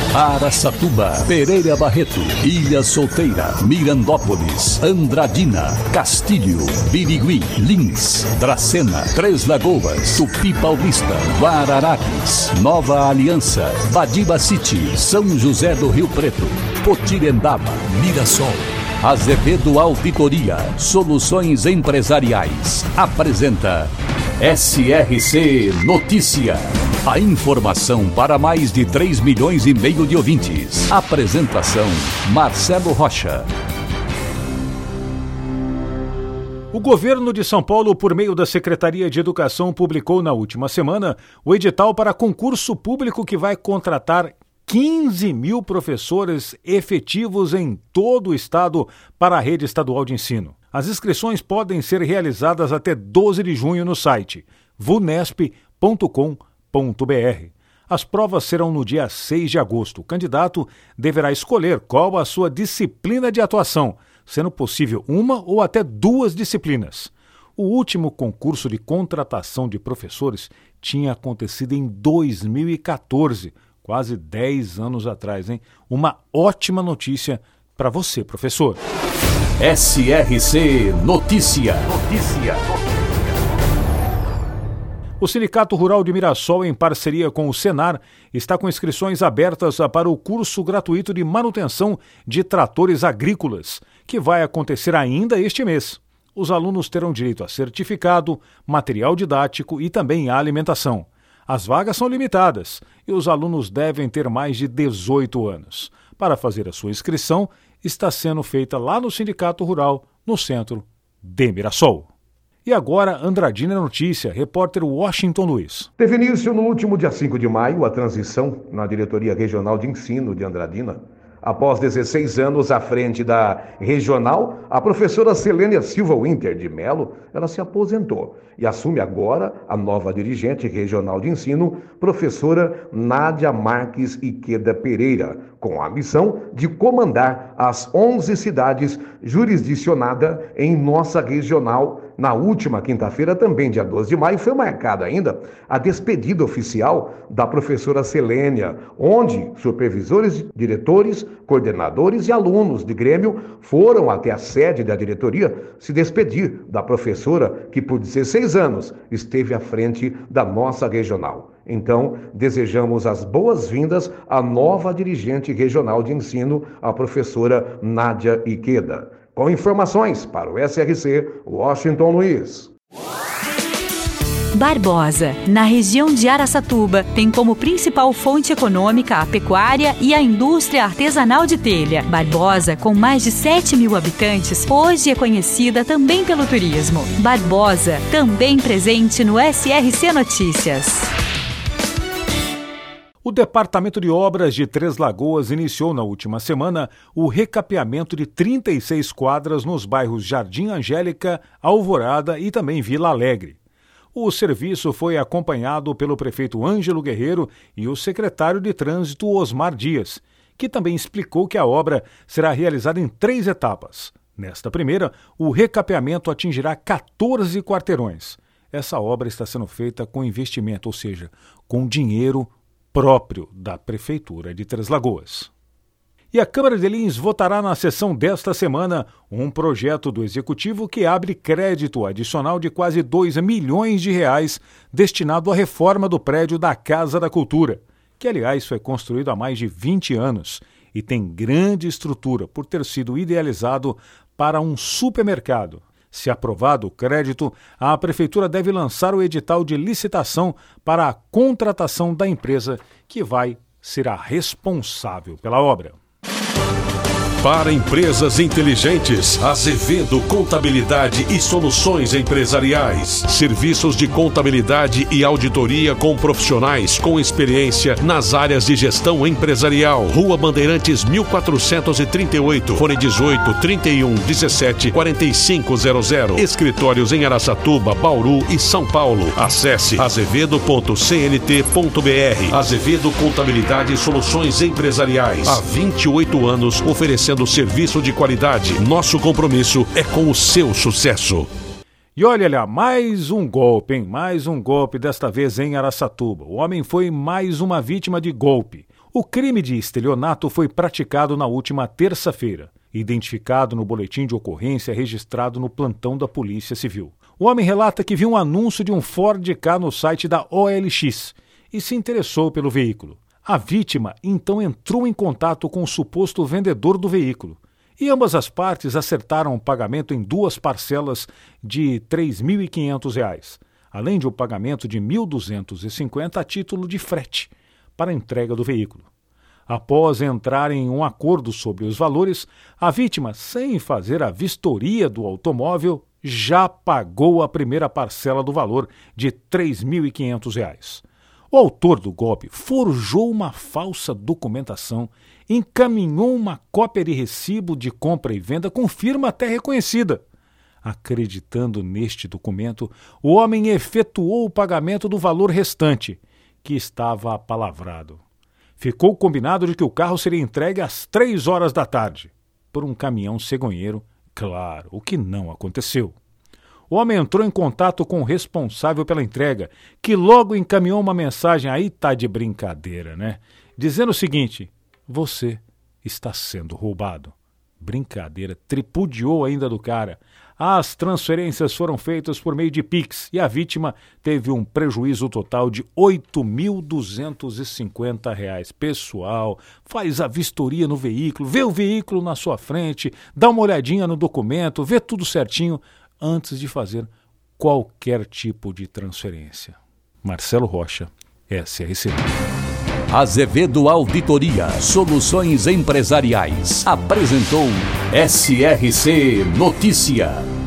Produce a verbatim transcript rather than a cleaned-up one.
Araçatuba, Pereira Barreto, Ilha Solteira, Mirandópolis, Andradina, Castilho, Birigui, Lins, Dracena, Três Lagoas, Tupi Paulista, Guararapes, Nova Aliança, Badiba City, São José do Rio Preto, Potirendaba, Mirassol. Azevedo Auditoria Soluções Empresariais apresenta S R C Notícia. A informação para mais de três milhões e meio de ouvintes. Apresentação Marcelo Rocha. O governo de São Paulo, por meio da Secretaria de Educação, publicou na última semana o edital para concurso público que vai contratar quinze mil professores efetivos em todo o estado para a rede estadual de ensino. As inscrições podem ser realizadas até doze de junho no site vunesp ponto com ponto br. As provas serão no dia seis de agosto. O candidato deverá escolher qual a sua disciplina de atuação, sendo possível uma ou até duas disciplinas. O último concurso de contratação de professores tinha acontecido em dois mil e catorze, quase dez anos atrás, hein? Uma ótima notícia para você, professor. S R C Notícia. Notícia. O Sindicato Rural de Mirassol, em parceria com o Senar, está com inscrições abertas para o curso gratuito de manutenção de tratores agrícolas, que vai acontecer ainda este mês. Os alunos terão direito a certificado, material didático e também a alimentação. As vagas são limitadas e os alunos devem ter mais de dezoito anos. Para fazer a sua inscrição, está sendo feita lá no Sindicato Rural, no centro de Mirassol. E agora, Andradina Notícia, repórter Washington Luiz. Teve início no último dia cinco de maio a transição na Diretoria Regional de Ensino de Andradina. Após dezesseis anos à frente da regional, a professora Selênia Silva Winter de Melo, ela se aposentou e assume agora a nova dirigente regional de ensino, professora Nádia Marques Iqueda Pereira, com a missão de comandar as onze cidades jurisdicionadas em nossa regional. Na última quinta-feira, também dia doze de maio, foi marcada ainda a despedida oficial da professora Selênia, onde supervisores, diretores, coordenadores e alunos de Grêmio foram até a sede da diretoria se despedir da professora que por dezesseis anos esteve à frente da nossa regional. Então, desejamos as boas-vindas à nova dirigente regional de ensino, a professora Nádia Iqueda. Com informações para o S R C, Washington Luiz. Barbosa, na região de Araçatuba, tem como principal fonte econômica a pecuária e a indústria artesanal de telha. Barbosa, com mais de sete mil habitantes, hoje é conhecida também pelo turismo. Barbosa, também presente no S R C Notícias. O Departamento de Obras de Três Lagoas iniciou na última semana o recapeamento de trinta e seis quadras nos bairros Jardim Angélica, Alvorada e também Vila Alegre. O serviço foi acompanhado pelo prefeito Ângelo Guerreiro e o secretário de Trânsito Osmar Dias, que também explicou que a obra será realizada em três etapas. Nesta primeira, o recapeamento atingirá quatorze quarteirões. Essa obra está sendo feita com investimento, ou seja, com dinheiro próprio da Prefeitura de Três Lagoas. E a Câmara de Lins votará na sessão desta semana um projeto do Executivo que abre crédito adicional de quase dois milhões de reais destinado à reforma do prédio da Casa da Cultura, que, aliás, foi construído há mais de vinte anos e tem grande estrutura por ter sido idealizado para um supermercado. Se aprovado o crédito, a Prefeitura deve lançar o edital de licitação para a contratação da empresa que vai ser a responsável pela obra. Para empresas inteligentes, Azevedo Contabilidade e Soluções Empresariais. Serviços de contabilidade e auditoria com profissionais com experiência nas áreas de gestão empresarial. Rua Bandeirantes mil quatrocentos e trinta e oito, fone dezoito, trinta e um, dezessete, quarenta e cinco zero zero. Escritórios em Araçatuba, Bauru e São Paulo. Acesse azevedo ponto c n t ponto b r. Azevedo Contabilidade e Soluções Empresariais. Há vinte e oito anos oferecendo serviço de qualidade. Nosso compromisso é com o seu sucesso. E olha lá, mais um golpe, hein? Mais um golpe, desta vez em Araçatuba. O homem foi mais uma vítima de golpe. O crime de estelionato foi praticado na última terça-feira, identificado no boletim de ocorrência registrado no plantão da Polícia Civil. O homem relata que viu um anúncio de um Ford Ka no site da O L X e se interessou pelo veículo. A vítima então entrou em contato com o suposto vendedor do veículo e ambas as partes acertaram o pagamento em duas parcelas de três mil e quinhentos reais, além de um pagamento de mil duzentos e cinquenta reais a título de frete para a entrega do veículo. Após entrar em um acordo sobre os valores, a vítima, sem fazer a vistoria do automóvel, já pagou a primeira parcela do valor de três mil e quinhentos reais. O autor do golpe forjou uma falsa documentação, encaminhou uma cópia de recibo de compra e venda com firma até reconhecida. Acreditando neste documento, o homem efetuou o pagamento do valor restante, que estava apalavrado. Ficou combinado de que o carro seria entregue às três horas da tarde, por um caminhão cegonheiro, claro, o que não aconteceu. O homem entrou em contato com o responsável pela entrega, que logo encaminhou uma mensagem, aí tá de brincadeira, né? Dizendo o seguinte: você está sendo roubado. Brincadeira, tripudiou ainda do cara. As transferências foram feitas por meio de Pix e a vítima teve um prejuízo total de oito mil duzentos e cinquenta reais. Pessoal, faz a vistoria no veículo, vê o veículo na sua frente, dá uma olhadinha no documento, vê tudo certinho antes de fazer qualquer tipo de transferência. Marcelo Rocha, S R C. Azevedo Auditoria Soluções Empresariais apresentou S R C Notícia.